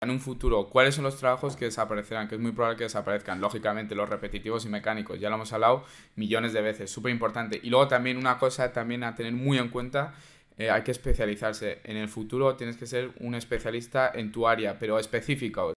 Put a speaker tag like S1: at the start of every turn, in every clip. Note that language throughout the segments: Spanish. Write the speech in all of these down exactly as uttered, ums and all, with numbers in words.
S1: En un futuro, ¿cuáles son los trabajos que desaparecerán? Que es muy probable que desaparezcan. Lógicamente, los repetitivos y mecánicos. Ya lo hemos hablado millones de veces. Súper importante. Y luego también una cosa también a tener muy en cuenta. Eh, hay que especializarse. En el futuro tienes que ser un especialista en tu área, pero específico.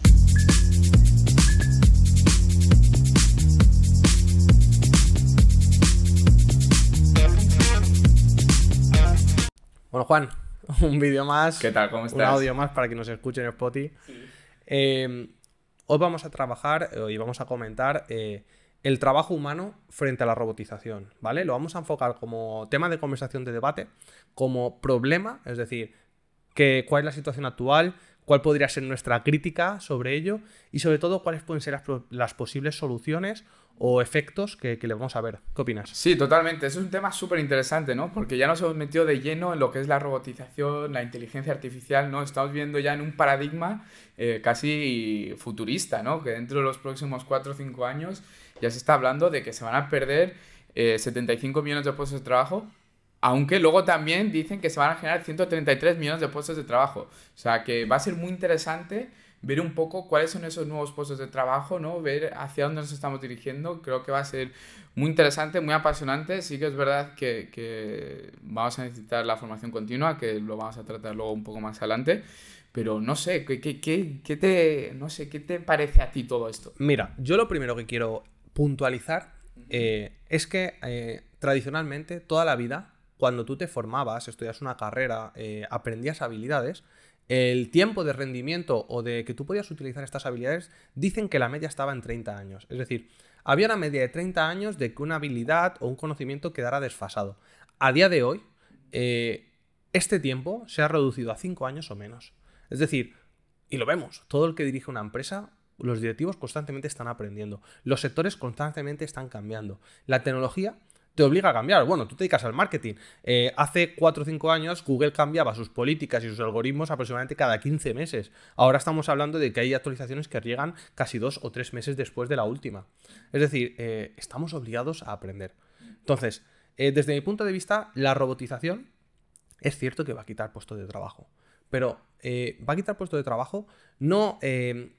S2: Bueno, Juan, un vídeo más.
S1: ¿Qué tal? ¿Cómo estás?
S2: Un audio más para que nos escuchen en Spotify. Sí. Eh, hoy vamos a trabajar y vamos a comentar eh, el trabajo humano frente a la robotización, ¿vale? Lo vamos a enfocar como tema de conversación, de debate, como problema, es decir, que, cuál es la situación actual, cuál podría ser nuestra crítica sobre ello y sobre todo cuáles pueden ser las, las posibles soluciones o efectos que, que le vamos a ver. ¿Qué opinas?
S1: Sí, totalmente. Es un tema súper interesante, ¿no? Porque ya nos hemos metido de lleno en lo que es la robotización, la inteligencia artificial, ¿no? Estamos viendo ya en un paradigma eh, casi futurista, ¿no? Que dentro de los próximos cuatro o cinco años ya se está hablando de que se van a perder eh, setenta y cinco millones de puestos de trabajo, aunque luego también dicen que se van a generar ciento treinta y tres millones de puestos de trabajo. O sea, que va a ser muy interesante ver un poco cuáles son esos nuevos puestos de trabajo, ¿no? Ver hacia dónde nos estamos dirigiendo. Creo que va a ser muy interesante, muy apasionante. Sí que es verdad que, que vamos a necesitar la formación continua, que lo vamos a tratar luego un poco más adelante. Pero no sé, ¿qué, qué, qué, qué te, no sé, ¿qué te parece a ti todo esto?
S2: Mira, yo lo primero que quiero puntualizar eh, es que eh, tradicionalmente toda la vida, cuando tú te formabas, estudias una carrera, eh, aprendías habilidades, el tiempo de rendimiento o de que tú podías utilizar estas habilidades, dicen que la media estaba en treinta años. Es decir, había una media de treinta años de que una habilidad o un conocimiento quedara desfasado. A día de hoy, eh, este tiempo se ha reducido a cinco años o menos. Es decir, y lo vemos, todo el que dirige una empresa, los directivos constantemente están aprendiendo. Los sectores constantemente están cambiando. La tecnología te obliga a cambiar. Bueno, tú te dedicas al marketing. Eh, hace cuatro o cinco años Google cambiaba sus políticas y sus algoritmos aproximadamente cada quince meses. Ahora estamos hablando de que hay actualizaciones que llegan casi dos o tres meses después de la última. Es decir, eh, estamos obligados a aprender. Entonces, eh, desde mi punto de vista, la robotización es cierto que va a quitar puestos de trabajo. Pero eh, va a quitar puestos de trabajo no... Eh,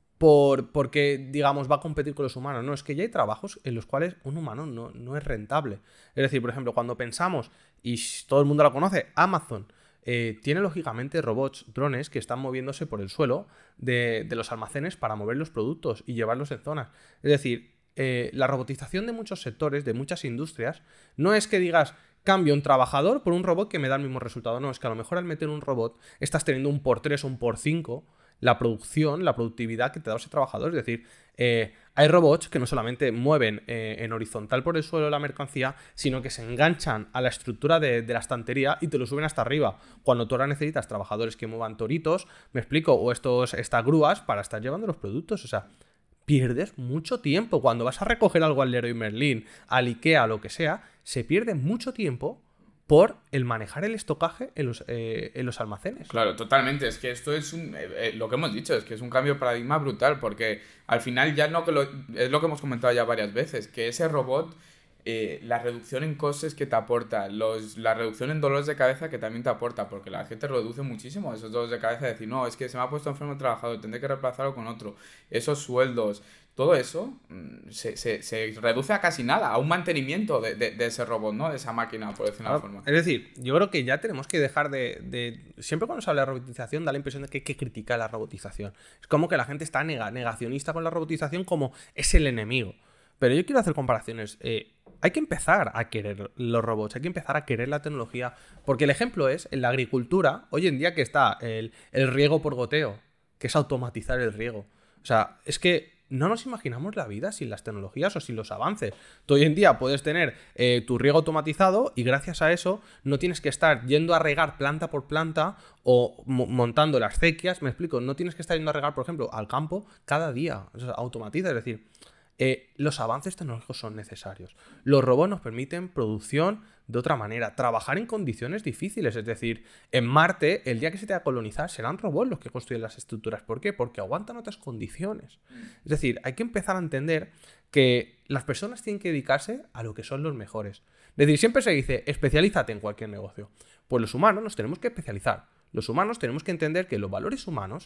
S2: Por, porque, digamos, va a competir con los humanos. No, es que ya hay trabajos en los cuales un humano no, no es rentable. Es decir, por ejemplo, cuando pensamos, y todo el mundo lo conoce, Amazon eh, tiene lógicamente robots, drones, que están moviéndose por el suelo de, de los almacenes para mover los productos y llevarlos en zonas. Es decir, eh, la robotización de muchos sectores, de muchas industrias, no es que digas, cambio un trabajador por un robot que me da el mismo resultado. No, es que a lo mejor al meter un robot estás teniendo un por tres o un por cinco la producción, la productividad que te da ese trabajador. Es decir, eh, hay robots que no solamente mueven eh, en horizontal por el suelo la mercancía, sino que se enganchan a la estructura de, de la estantería y te lo suben hasta arriba. Cuando tú ahora necesitas trabajadores que muevan toritos, me explico, o estos, estas grúas para estar llevando los productos. O sea, pierdes mucho tiempo. Cuando vas a recoger algo al Leroy Merlin, al Ikea, lo que sea, se pierde mucho tiempo por el manejar el estocaje en los, eh, en los almacenes.
S1: Claro, totalmente. Es que esto es un, eh, eh, lo que hemos dicho, es que es un cambio de paradigma brutal, porque al final ya no que lo, es lo que hemos comentado ya varias veces, que ese robot, eh, la reducción en costes que te aporta, los, la reducción en dolores de cabeza que también te aporta, porque la gente reduce muchísimo esos dolores de cabeza, de decir, no, es que se me ha puesto enfermo el trabajador, tendré que reemplazarlo con otro, esos sueldos. Todo eso se, se, se reduce a casi nada, a un mantenimiento de, de, de ese robot, ¿no? De esa máquina, por decirlo de alguna forma.
S2: Es decir, yo creo que ya tenemos que dejar de... de... Siempre cuando se habla de robotización da la impresión de que hay que criticar la robotización. Es como que la gente está nega, negacionista con la robotización como es el enemigo. Pero yo quiero hacer comparaciones. Eh, hay que empezar a querer los robots, hay que empezar a querer la tecnología. Porque el ejemplo es, en la agricultura, hoy en día que está el, el riego por goteo, que es automatizar el riego. O sea, es que no nos imaginamos la vida sin las tecnologías o sin los avances. Tú hoy en día puedes tener eh, tu riego automatizado y gracias a eso no tienes que estar yendo a regar planta por planta o montando las acequias. Me explico, no tienes que estar yendo a regar, por ejemplo, al campo cada día. O sea, automatiza, es decir, eh, los avances tecnológicos son necesarios. Los robots nos permiten producción de otra manera, trabajar en condiciones difíciles, es decir, en Marte, el día que se te va a colonizar, serán robots los que construyen las estructuras. ¿Por qué? Porque aguantan otras condiciones. Es decir, hay que empezar a entender que las personas tienen que dedicarse a lo que son los mejores. Es decir, siempre se dice, especialízate en cualquier negocio. Pues los humanos nos tenemos que especializar. Los humanos tenemos que entender que los valores humanos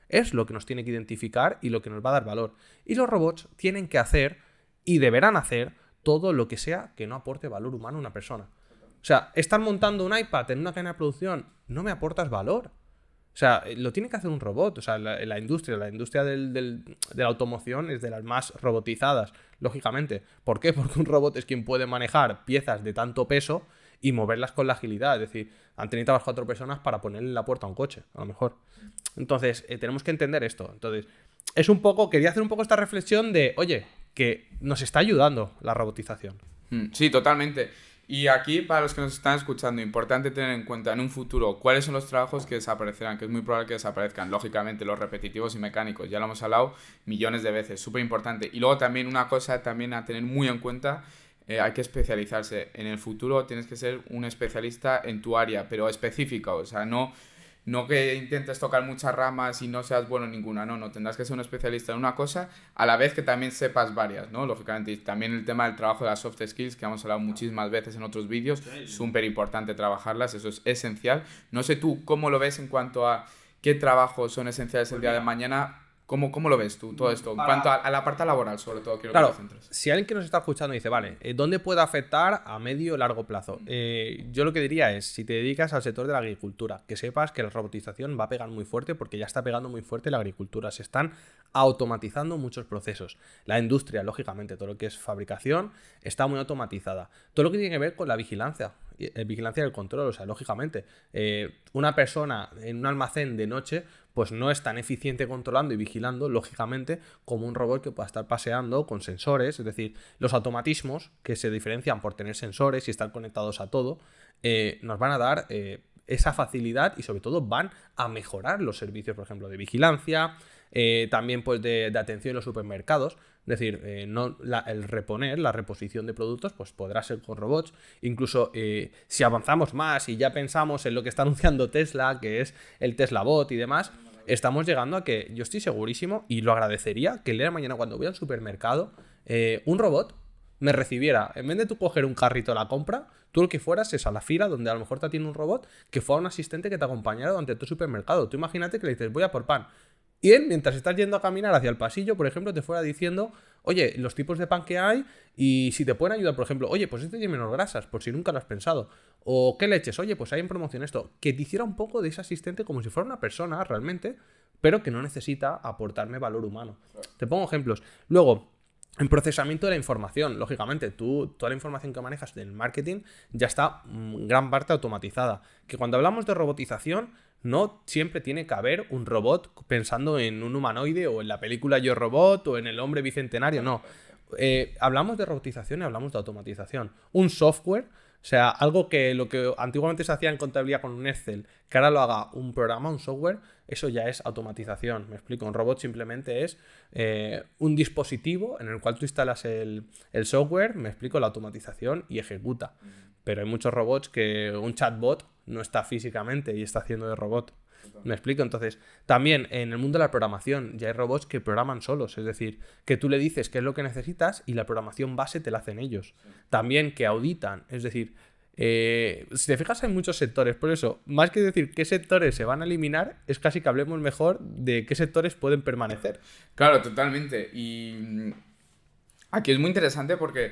S2: es lo que nos tiene que identificar y lo que nos va a dar valor. Y los robots tienen que hacer y deberán hacer todo lo que sea que no aporte valor humano a una persona. O sea, estar montando un iPad en una cadena de producción no me aportas valor. O sea, lo tiene que hacer un robot. O sea, la, la industria, la industria del, del, de la automoción es de las más robotizadas, lógicamente. ¿Por qué? Porque un robot es quien puede manejar piezas de tanto peso y moverlas con la agilidad. Es decir, han tenido las cuatro personas para ponerle en la puerta a un coche, a lo mejor. Entonces, eh, tenemos que entender esto. Entonces, es un poco, quería hacer un poco esta reflexión de, oye, que nos está ayudando la robotización.
S1: Sí, totalmente. Y aquí, para los que nos están escuchando, importante tener en cuenta en un futuro cuáles son los trabajos que desaparecerán, que es muy probable que desaparezcan. Lógicamente, los repetitivos y mecánicos, ya lo hemos hablado millones de veces, súper importante. Y luego también una cosa también a tener muy en cuenta, eh, hay que especializarse. En el futuro tienes que ser un especialista en tu área, pero específica, o sea, no... No que intentes tocar muchas ramas y no seas bueno en ninguna, no, no, tendrás que ser un especialista en una cosa a la vez que también sepas varias, ¿no? Lógicamente, y también el tema del trabajo de las soft skills, que hemos hablado muchísimas veces en otros vídeos, súper importante trabajarlas, eso es esencial. No sé tú cómo lo ves en cuanto a qué trabajos son esenciales el día de mañana. ¿Cómo, ¿Cómo lo ves tú, todo esto? En
S2: Para...
S1: cuanto a, a la parte laboral, sobre todo, quiero
S2: claro,
S1: que te centres.
S2: Si alguien que nos está escuchando dice, vale, ¿dónde puede afectar a medio o largo plazo? Eh, yo lo que diría es, si te dedicas al sector de la agricultura, que sepas que la robotización va a pegar muy fuerte, porque ya está pegando muy fuerte la agricultura. Se están automatizando muchos procesos. La industria, lógicamente, todo lo que es fabricación, está muy automatizada. Todo lo que tiene que ver con la vigilancia, eh, vigilancia del control, o sea, lógicamente, eh, una persona en un almacén de noche pues no es tan eficiente controlando y vigilando, lógicamente, como un robot que pueda estar paseando con sensores. Es decir, los automatismos, que se diferencian por tener sensores y estar conectados a todo, eh, nos van a dar eh, esa facilidad y sobre todo van a mejorar los servicios, por ejemplo, de vigilancia, eh, también pues de, de atención en los supermercados. Es decir, eh, no, la, el reponer, la reposición de productos, pues podrá ser con robots. Incluso eh, si avanzamos más y ya pensamos en lo que está anunciando Tesla, que es el Tesla Bot y demás, estamos llegando a que yo estoy segurísimo y lo agradecería que el día de mañana cuando voy al supermercado, eh, un robot me recibiera, en vez de tú coger un carrito a la compra, tú lo que fueras es a la fila donde a lo mejor te atiende un robot, que fuera un asistente que te acompañara durante tu supermercado. Tú imagínate que le dices, voy a por pan. Y él, mientras estás yendo a caminar hacia el pasillo, por ejemplo, te fuera diciendo, oye, los tipos de pan que hay y si te pueden ayudar, por ejemplo, oye, pues este tiene menos grasas, por si nunca lo has pensado. O qué leches, oye, pues hay en promoción esto. Que te hiciera un poco de ese asistente como si fuera una persona realmente, pero que no necesita aportarme valor humano. Te pongo ejemplos. Luego, en procesamiento de la información, lógicamente, tú, toda la información que manejas del marketing ya está en gran parte automatizada. Que cuando hablamos de robotización, no siempre tiene que haber un robot pensando en un humanoide o en la película Yo Robot o en el hombre bicentenario, no. Eh, hablamos de robotización y hablamos de automatización. Un software, o sea, algo que lo que antiguamente se hacía en contabilidad con un Excel, que ahora lo haga un programa, un software, eso ya es automatización. Me explico, un robot simplemente es eh, un dispositivo en el cual tú instalas el, el software, me explico, la automatización y ejecuta. Pero hay muchos robots que un chatbot no está físicamente y está haciendo de robot. ¿Me explico? Entonces, también en el mundo de la programación ya hay robots que programan solos, es decir, que tú le dices qué es lo que necesitas y la programación base te la hacen ellos. También que auditan, es decir, eh, si te fijas hay muchos sectores, por eso, más que decir qué sectores se van a eliminar, es casi que hablemos mejor de qué sectores pueden permanecer.
S1: Claro, totalmente. Y aquí es muy interesante porque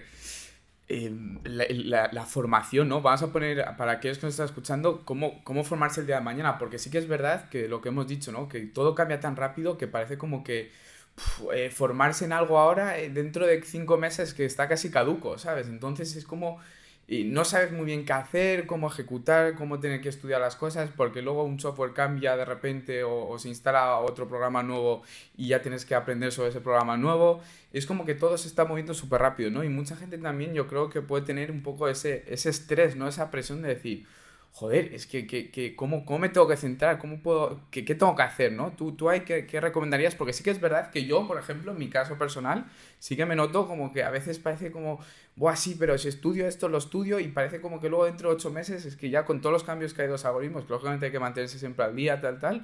S1: Eh, la, la, la formación, ¿no? Vamos a poner, para aquellos que nos están escuchando, cómo, cómo formarse el día de mañana, porque sí que es verdad que lo que hemos dicho, ¿no? Que todo cambia tan rápido que parece como que puf, eh, formarse en algo ahora, eh, dentro de cinco meses, que está casi caduco, ¿sabes? Entonces es como... Y no sabes muy bien qué hacer, cómo ejecutar, cómo tener que estudiar las cosas, porque luego un software cambia de repente o, o se instala otro programa nuevo y ya tienes que aprender sobre ese programa nuevo. Es como que todo se está moviendo súper rápido, ¿no? Y mucha gente también yo creo que puede tener un poco ese, ese estrés, ¿no? Esa presión de decir, joder, es que, que, que ¿cómo, ¿cómo me tengo que centrar? ¿Cómo puedo, qué, qué tengo que hacer, ¿no? ¿Tú, tú hay que, qué recomendarías? Porque sí que es verdad que yo, por ejemplo, en mi caso personal, sí que me noto como que a veces parece como, buah, sí, pero si estudio esto, lo estudio, y parece como que luego dentro de ocho meses, es que ya con todos los cambios que hay de los algoritmos, que lógicamente hay que mantenerse siempre al día, tal, tal,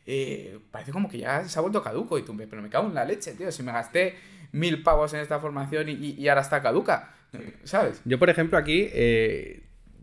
S1: eh, parece como que ya se ha vuelto caduco, y tú, pero me cago en la leche, tío, si me gasté mil pavos en esta formación y, y, y ahora está caduca, ¿sabes?
S2: Yo, por ejemplo, aquí... Eh...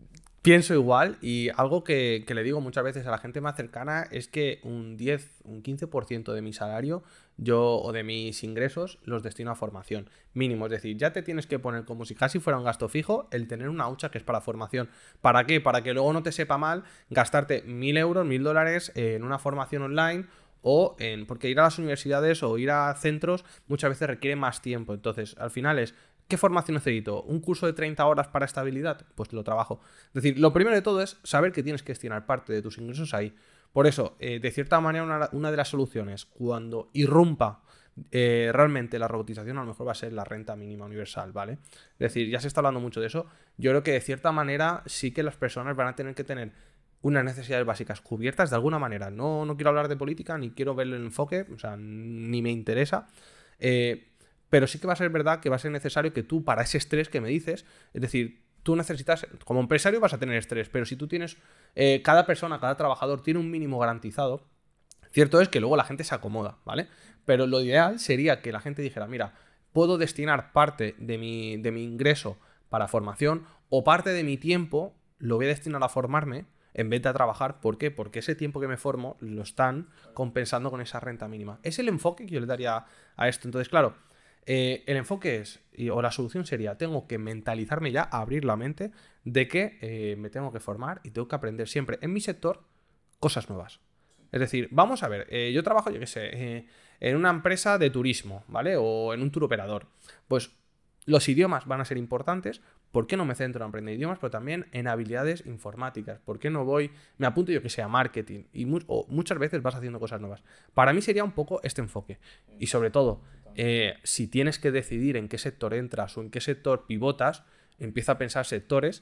S2: Pienso igual y algo que, que le digo muchas veces a la gente más cercana es que un diez, un quince por ciento de mi salario yo o de mis ingresos los destino a formación mínimo. Es decir, ya te tienes que poner como si casi fuera un gasto fijo el tener una hucha que es para formación. ¿Para qué? Para que luego no te sepa mal gastarte mil euros, mil dólares en una formación online o en... Porque ir a las universidades o ir a centros muchas veces requiere más tiempo. Entonces, al final es... ¿Qué formación necesito? ¿Un curso de treinta horas para estabilidad? Pues lo trabajo. Es decir, lo primero de todo es saber que tienes que destinar parte de tus ingresos ahí. Por eso, eh, de cierta manera, una, una de las soluciones, cuando irrumpa eh, realmente la robotización, a lo mejor va a ser la renta mínima universal, ¿vale? Es decir, ya se está hablando mucho de eso. Yo creo que de cierta manera sí que las personas van a tener que tener unas necesidades básicas cubiertas de alguna manera. No, no quiero hablar de política, ni quiero ver el enfoque, o sea, ni me interesa. Eh... Pero sí que va a ser verdad que va a ser necesario que tú, para ese estrés que me dices, es decir, tú necesitas, como empresario vas a tener estrés, pero si tú tienes, eh, cada persona, cada trabajador tiene un mínimo garantizado, cierto es que luego la gente se acomoda, ¿vale? Pero lo ideal sería que la gente dijera, mira, puedo destinar parte de mi, de mi ingreso para formación o parte de mi tiempo lo voy a destinar a formarme en vez de a trabajar. ¿Por qué? Porque ese tiempo que me formo lo están compensando con esa renta mínima. Es el enfoque que yo le daría a esto. Entonces, claro, Eh, el enfoque es, y, o la solución sería, tengo que mentalizarme ya, abrir la mente de que eh, me tengo que formar y tengo que aprender siempre en mi sector cosas nuevas. Es decir, vamos a ver, eh, yo trabajo, yo qué sé, eh, en una empresa de turismo, ¿vale? O en un tour operador. Pues los idiomas van a ser importantes. ¿Por qué no me centro en aprender idiomas? Pero también en habilidades informáticas. ¿Por qué no voy, me apunto yo que sea marketing? Y mu o muchas veces vas haciendo cosas nuevas. Para mí sería un poco este enfoque. Y sobre todo, eh, si tienes que decidir en qué sector entras o en qué sector pivotas, empieza a pensar sectores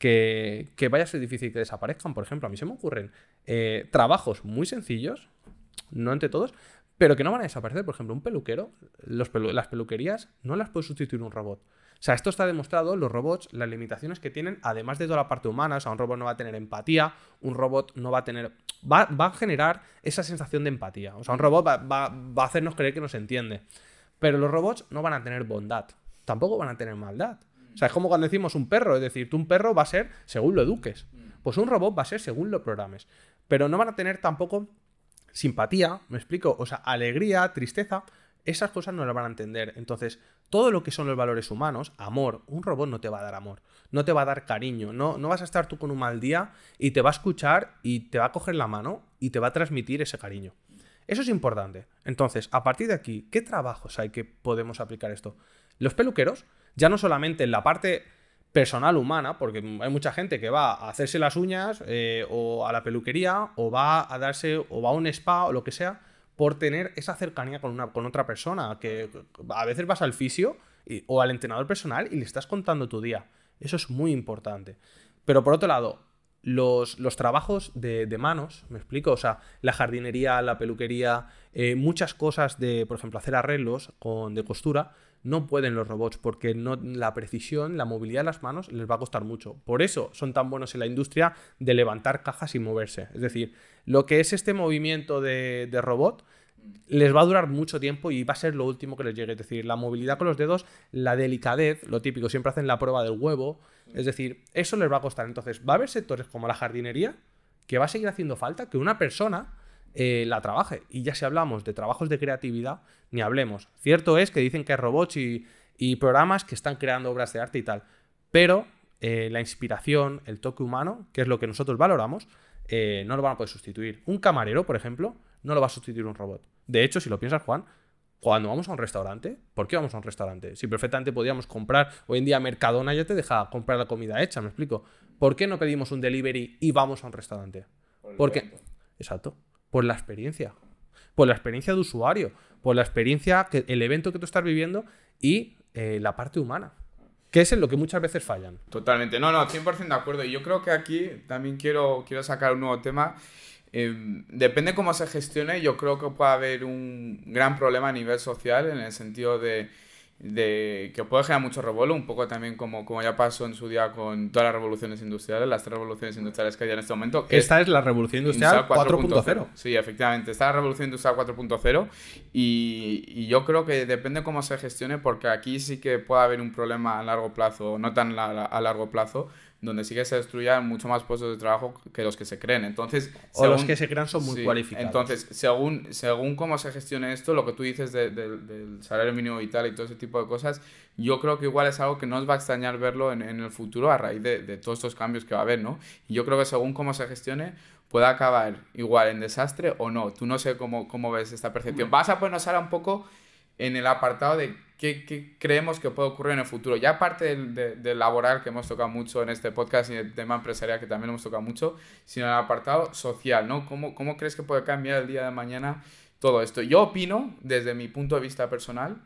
S2: que, que vaya a ser difícil que desaparezcan. Por ejemplo, a mí se me ocurren eh, trabajos muy sencillos, no entre todos, pero que no van a desaparecer. Por ejemplo, un peluquero, los pelu las peluquerías no las puede sustituir un robot. O sea, esto está demostrado, los robots, las limitaciones que tienen, además de toda la parte humana. O sea, un robot no va a tener empatía, un robot no va a tener... Va, va a generar esa sensación de empatía. O sea, un robot va, va, va a hacernos creer que nos entiende. Pero los robots no van a tener bondad, tampoco van a tener maldad. O sea, es como cuando decimos un perro, es decir, tú un perro va a ser según lo eduques. Pues un robot va a ser según lo programes. Pero no van a tener tampoco simpatía, ¿me explico? O sea, alegría, tristeza, esas cosas no las van a entender. Entonces, todo lo que son los valores humanos, amor, un robot no te va a dar amor, no te va a dar cariño, no, no vas a estar tú con un mal día y te va a escuchar y te va a coger la mano y te va a transmitir ese cariño. Eso es importante. Entonces, a partir de aquí, ¿qué trabajos hay que podemos aplicar esto? Los peluqueros, ya no solamente en la parte personal humana, porque hay mucha gente que va a hacerse las uñas eh, o a la peluquería o va a darse o va a un spa o lo que sea por tener esa cercanía con, una, con otra persona, que a veces vas al fisio y, o al entrenador personal y le estás contando tu día. Eso es muy importante. Pero por otro lado, Los, los trabajos de, de manos, ¿me explico? O sea, la jardinería, la peluquería, eh, muchas cosas de, por ejemplo, hacer arreglos con, de costura, no pueden los robots porque no, la precisión, la movilidad de las manos les va a costar mucho. Por eso son tan buenos en la industria de levantar cajas y moverse. Es decir, lo que es este movimiento de, de robot les va a durar mucho tiempo y va a ser lo último que les llegue. Es decir, la movilidad con los dedos, la delicadez, lo típico, siempre hacen la prueba del huevo. Es decir, eso les va a costar. Entonces, va a haber sectores como la jardinería que va a seguir haciendo falta que una persona eh, la trabaje. Y ya si hablamos de trabajos de creatividad, ni hablemos. Cierto es que dicen que hay robots y, y programas que están creando obras de arte y tal. Pero eh, la inspiración, el toque humano, que es lo que nosotros valoramos, eh, no lo van a poder sustituir. Un camarero, por ejemplo, no lo va a sustituir un robot. De hecho, si lo piensas, Juan, cuando vamos a un restaurante, ¿por qué vamos a un restaurante? Si perfectamente podíamos comprar, hoy en día Mercadona ya te deja comprar la comida hecha, ¿me explico? ¿Por qué no pedimos un delivery y vamos a un restaurante? Porque, exacto, por la experiencia, por la experiencia de usuario, por la experiencia, que el evento que tú estás viviendo y eh, la parte humana, que es en lo que muchas veces fallan.
S1: Totalmente, no, no, cien por ciento de acuerdo. Y yo creo que aquí también quiero, quiero sacar un nuevo tema. Eh, depende cómo se gestione, yo creo que puede haber un gran problema a nivel social en el sentido de, de que puede generar mucho revuelo, un poco también como, como ya pasó en su día con todas las revoluciones industriales, las tres revoluciones industriales que hay en este momento. Que
S2: Esta es la revolución industrial cuatro punto cero.
S1: Sí, efectivamente, está la revolución industrial cuatro punto cero y, y yo creo que depende cómo se gestione, porque aquí sí que puede haber un problema a largo plazo, no tan la, a largo plazo, donde sí que se destruyan mucho más puestos de trabajo que los que se creen. Entonces,
S2: o según, los que se crean son muy sí, cualificados.
S1: Entonces, según, según cómo se gestione esto, lo que tú dices de, de, del salario mínimo vital y todo ese tipo de cosas, yo creo que igual es algo que no os va a extrañar verlo en, en el futuro a raíz de, de todos estos cambios que va a haber, ¿no? Y yo creo que según cómo se gestione, puede acabar igual en desastre o no. Tú no sé cómo, cómo ves esta percepción. Vas a ponernos ahora un poco en el apartado de qué, qué creemos que puede ocurrir en el futuro. Ya aparte del, de, de laboral, que hemos tocado mucho en este podcast, y el tema empresarial, que también hemos tocado mucho, sino en el apartado social, ¿no? ¿Cómo, cómo crees que puede cambiar el día de mañana todo esto? Yo opino, desde mi punto de vista personal,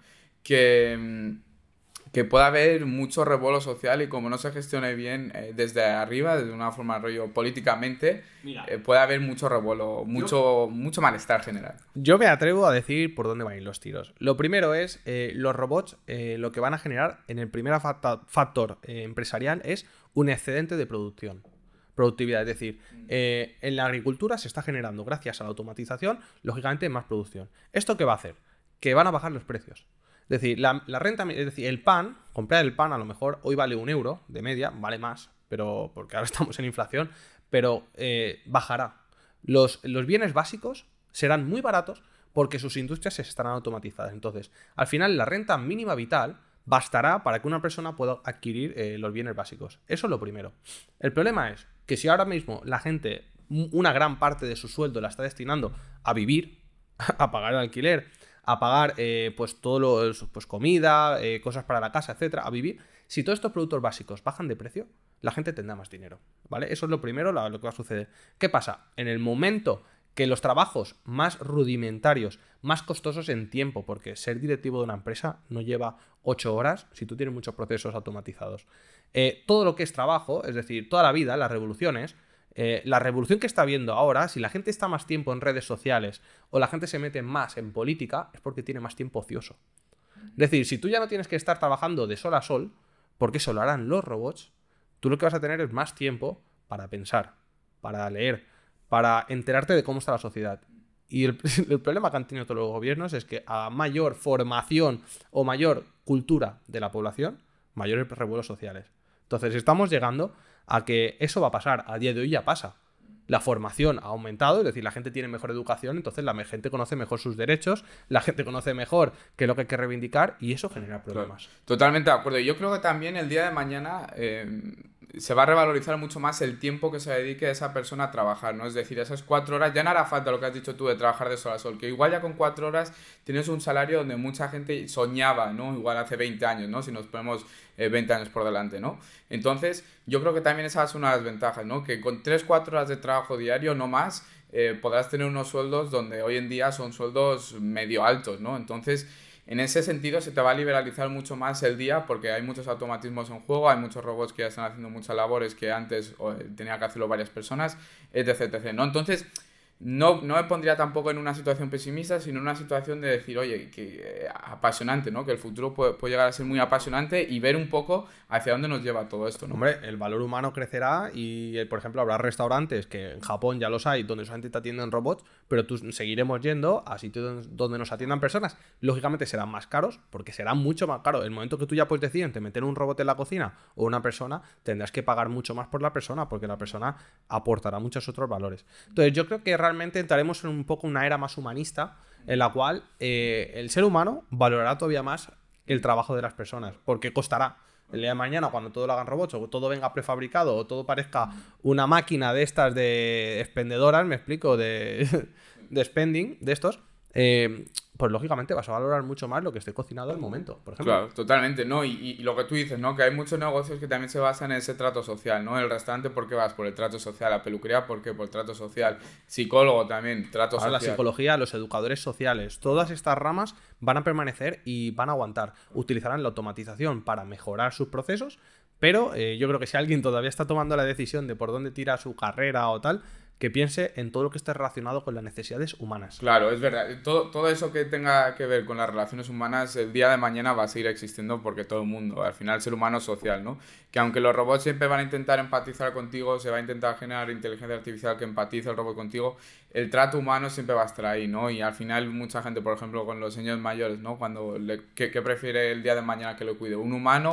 S1: que... que puede haber mucho revuelo social y como no se gestione bien eh, desde arriba, desde una forma rollo políticamente, eh, puede haber mucho revuelo, mucho, yo, mucho malestar general.
S2: Yo me atrevo a decir por dónde van a ir los tiros. Lo primero es, eh, los robots eh, lo que van a generar en el primer factor, factor eh, empresarial es un excedente de producción. Productividad, es decir, eh, en la agricultura se está generando, gracias a la automatización, lógicamente más producción. ¿Esto qué va a hacer? Que van a bajar los precios. Es decir, la, la renta, es decir, el pan, comprar el pan a lo mejor hoy vale un euro de media, vale más, pero porque ahora estamos en inflación, pero eh, bajará. Los, los bienes básicos serán muy baratos porque sus industrias estarán automatizadas. Entonces, al final, la renta mínima vital bastará para que una persona pueda adquirir eh, los bienes básicos. Eso es lo primero. El problema es que si ahora mismo la gente, una gran parte de su sueldo la está destinando a vivir, a pagar el alquiler, a pagar eh, pues todo lo, pues comida, eh, cosas para la casa, etcétera, a vivir. Si todos estos productos básicos bajan de precio, la gente tendrá más dinero, ¿vale? Eso es lo primero, lo, lo que va a suceder. ¿Qué pasa? En el momento que los trabajos más rudimentarios, más costosos en tiempo, porque ser directivo de una empresa no lleva ocho horas si tú tienes muchos procesos automatizados. Eh, todo lo que es trabajo, es decir, toda la vida, las revoluciones, Eh, la revolución que está habiendo ahora, si la gente está más tiempo en redes sociales o la gente se mete más en política, es porque tiene más tiempo ocioso. Es decir, si tú ya no tienes que estar trabajando de sol a sol, porque eso lo harán los robots, tú lo que vas a tener es más tiempo para pensar, para leer, para enterarte de cómo está la sociedad. Y el, el problema que han tenido todos los gobiernos es que a mayor formación o mayor cultura de la población, mayores revuelos sociales. Entonces estamos llegando a que eso va a pasar. A día de hoy ya pasa. La formación ha aumentado, es decir, la gente tiene mejor educación, entonces la gente conoce mejor sus derechos, la gente conoce mejor qué es lo que hay que reivindicar y eso genera problemas.
S1: Claro. Totalmente de acuerdo. Yo creo que también el día de mañana eh, se va a revalorizar mucho más el tiempo que se dedique a esa persona a trabajar, ¿no? Es decir, esas cuatro horas, ya no hará falta lo que has dicho tú de trabajar de sol a sol, que igual ya con cuatro horas tienes un salario donde mucha gente soñaba, ¿no? Igual hace veinte años, ¿no? Si nos ponemos eh, veinte años por delante, ¿no? Entonces, yo creo que también esa es una de las ventajas, ¿no? Que con tres cuatro horas de trabajo diario, no más, eh, podrás tener unos sueldos donde hoy en día son sueldos medio altos, ¿no? Entonces, en ese sentido se te va a liberalizar mucho más el día porque hay muchos automatismos en juego, hay muchos robots que ya están haciendo muchas labores que antes tenían que hacerlo varias personas, etc, etcétera, ¿no? Entonces, no, no me pondría tampoco en una situación pesimista, sino en una situación de decir, oye, que eh, apasionante, ¿no? Que el futuro puede, puede llegar a ser muy apasionante y ver un poco hacia dónde nos lleva todo esto, ¿no?
S2: Hombre, el valor humano crecerá y, por ejemplo, habrá restaurantes que en Japón ya los hay, donde solamente te atienden robots, pero tú seguiremos yendo a sitios donde nos atiendan personas. Lógicamente serán más caros, porque serán mucho más caros. El momento que tú ya puedes decidir entre meter un robot en la cocina o una persona, tendrás que pagar mucho más por la persona, porque la persona aportará muchos otros valores. Entonces, yo creo que realmente Realmente entraremos en un poco una era más humanista en la cual eh, el ser humano valorará todavía más el trabajo de las personas, porque costará. El día de mañana, cuando todo lo hagan robots o todo venga prefabricado o todo parezca una máquina de estas de expendedoras, me explico, de, de spending, de estos, eh, pues lógicamente vas a valorar mucho más lo que esté cocinado al momento, por ejemplo.
S1: Claro, totalmente, ¿no? Y, y lo que tú dices, ¿no? Que hay muchos negocios que también se basan en ese trato social, ¿no? El restaurante, ¿por qué vas? Por el trato social. La peluquería, ¿por qué? Por el trato social. Psicólogo también, trato
S2: Ahora,
S1: social.
S2: La psicología, los educadores sociales, todas estas ramas van a permanecer y van a aguantar. Utilizarán la automatización para mejorar sus procesos, pero eh, yo creo que si alguien todavía está tomando la decisión de por dónde tira su carrera o tal, que piense en todo lo que esté relacionado con las necesidades humanas.
S1: Claro, es verdad. Todo, todo eso que tenga que ver con las relaciones humanas, el día de mañana va a seguir existiendo porque todo el mundo, al final el ser humano es social, ¿no? Que aunque los robots siempre van a intentar empatizar contigo, se va a intentar generar inteligencia artificial que empatice el robot contigo, el trato humano siempre va a estar ahí, ¿no? Y al final mucha gente, por ejemplo, con los señores mayores, ¿no? Cuando le, ¿qué, qué prefiere el día de mañana que lo cuide? ¿Un humano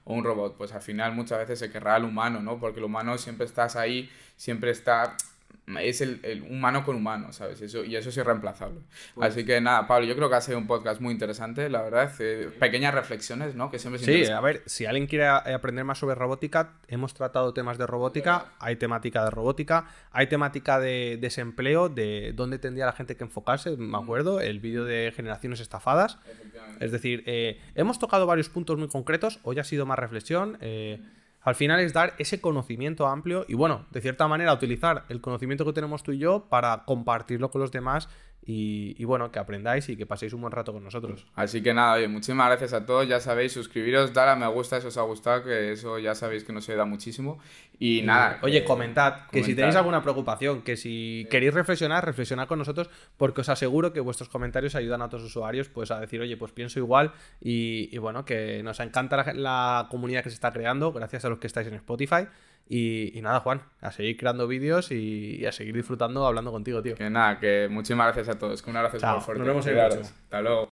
S1: o un robot, pues al final muchas veces se querrá al humano, ¿no? Porque el humano siempre estás ahí, siempre está... es el, el humano con humano, ¿sabes? Eso, y eso es irreemplazable. Pues... Así que nada, Pablo, yo creo que ha sido un podcast muy interesante, la verdad. Eh, pequeñas reflexiones, ¿no? Que siempre es
S2: Sí, a ver, si alguien quiere aprender más sobre robótica, hemos tratado temas de robótica, hay temática de robótica, hay temática de desempleo, de dónde tendría la gente que enfocarse, me acuerdo, el vídeo de generaciones estafadas. Es decir, eh, hemos tocado varios puntos muy concretos, hoy ha sido más reflexión, eh, al final es dar ese conocimiento amplio y, bueno, de cierta manera utilizar el conocimiento que tenemos tú y yo para compartirlo con los demás y, y bueno, que aprendáis y que paséis un buen rato con nosotros.
S1: Así que nada, oye, muchísimas gracias a todos, ya sabéis, suscribiros, dar a me gusta si os ha gustado, que eso ya sabéis que nos ayuda muchísimo. Y, y nada...
S2: Oye,
S1: que...
S2: comentad, que
S1: comentad.
S2: Si tenéis alguna preocupación, que si sí. queréis reflexionar, reflexionad con nosotros, porque os aseguro que vuestros comentarios ayudan a otros usuarios pues a decir, oye, pues pienso igual y, y bueno, que nos encanta la, la comunidad que se está creando, gracias a los que estáis en Spotify. Y, y nada, Juan, a seguir creando vídeos y, y a seguir disfrutando hablando contigo, tío.
S1: Que nada, que muchísimas gracias a todos. Que un abrazo súper fuerte.
S2: Nos vemos en el próximo.
S1: Hasta luego.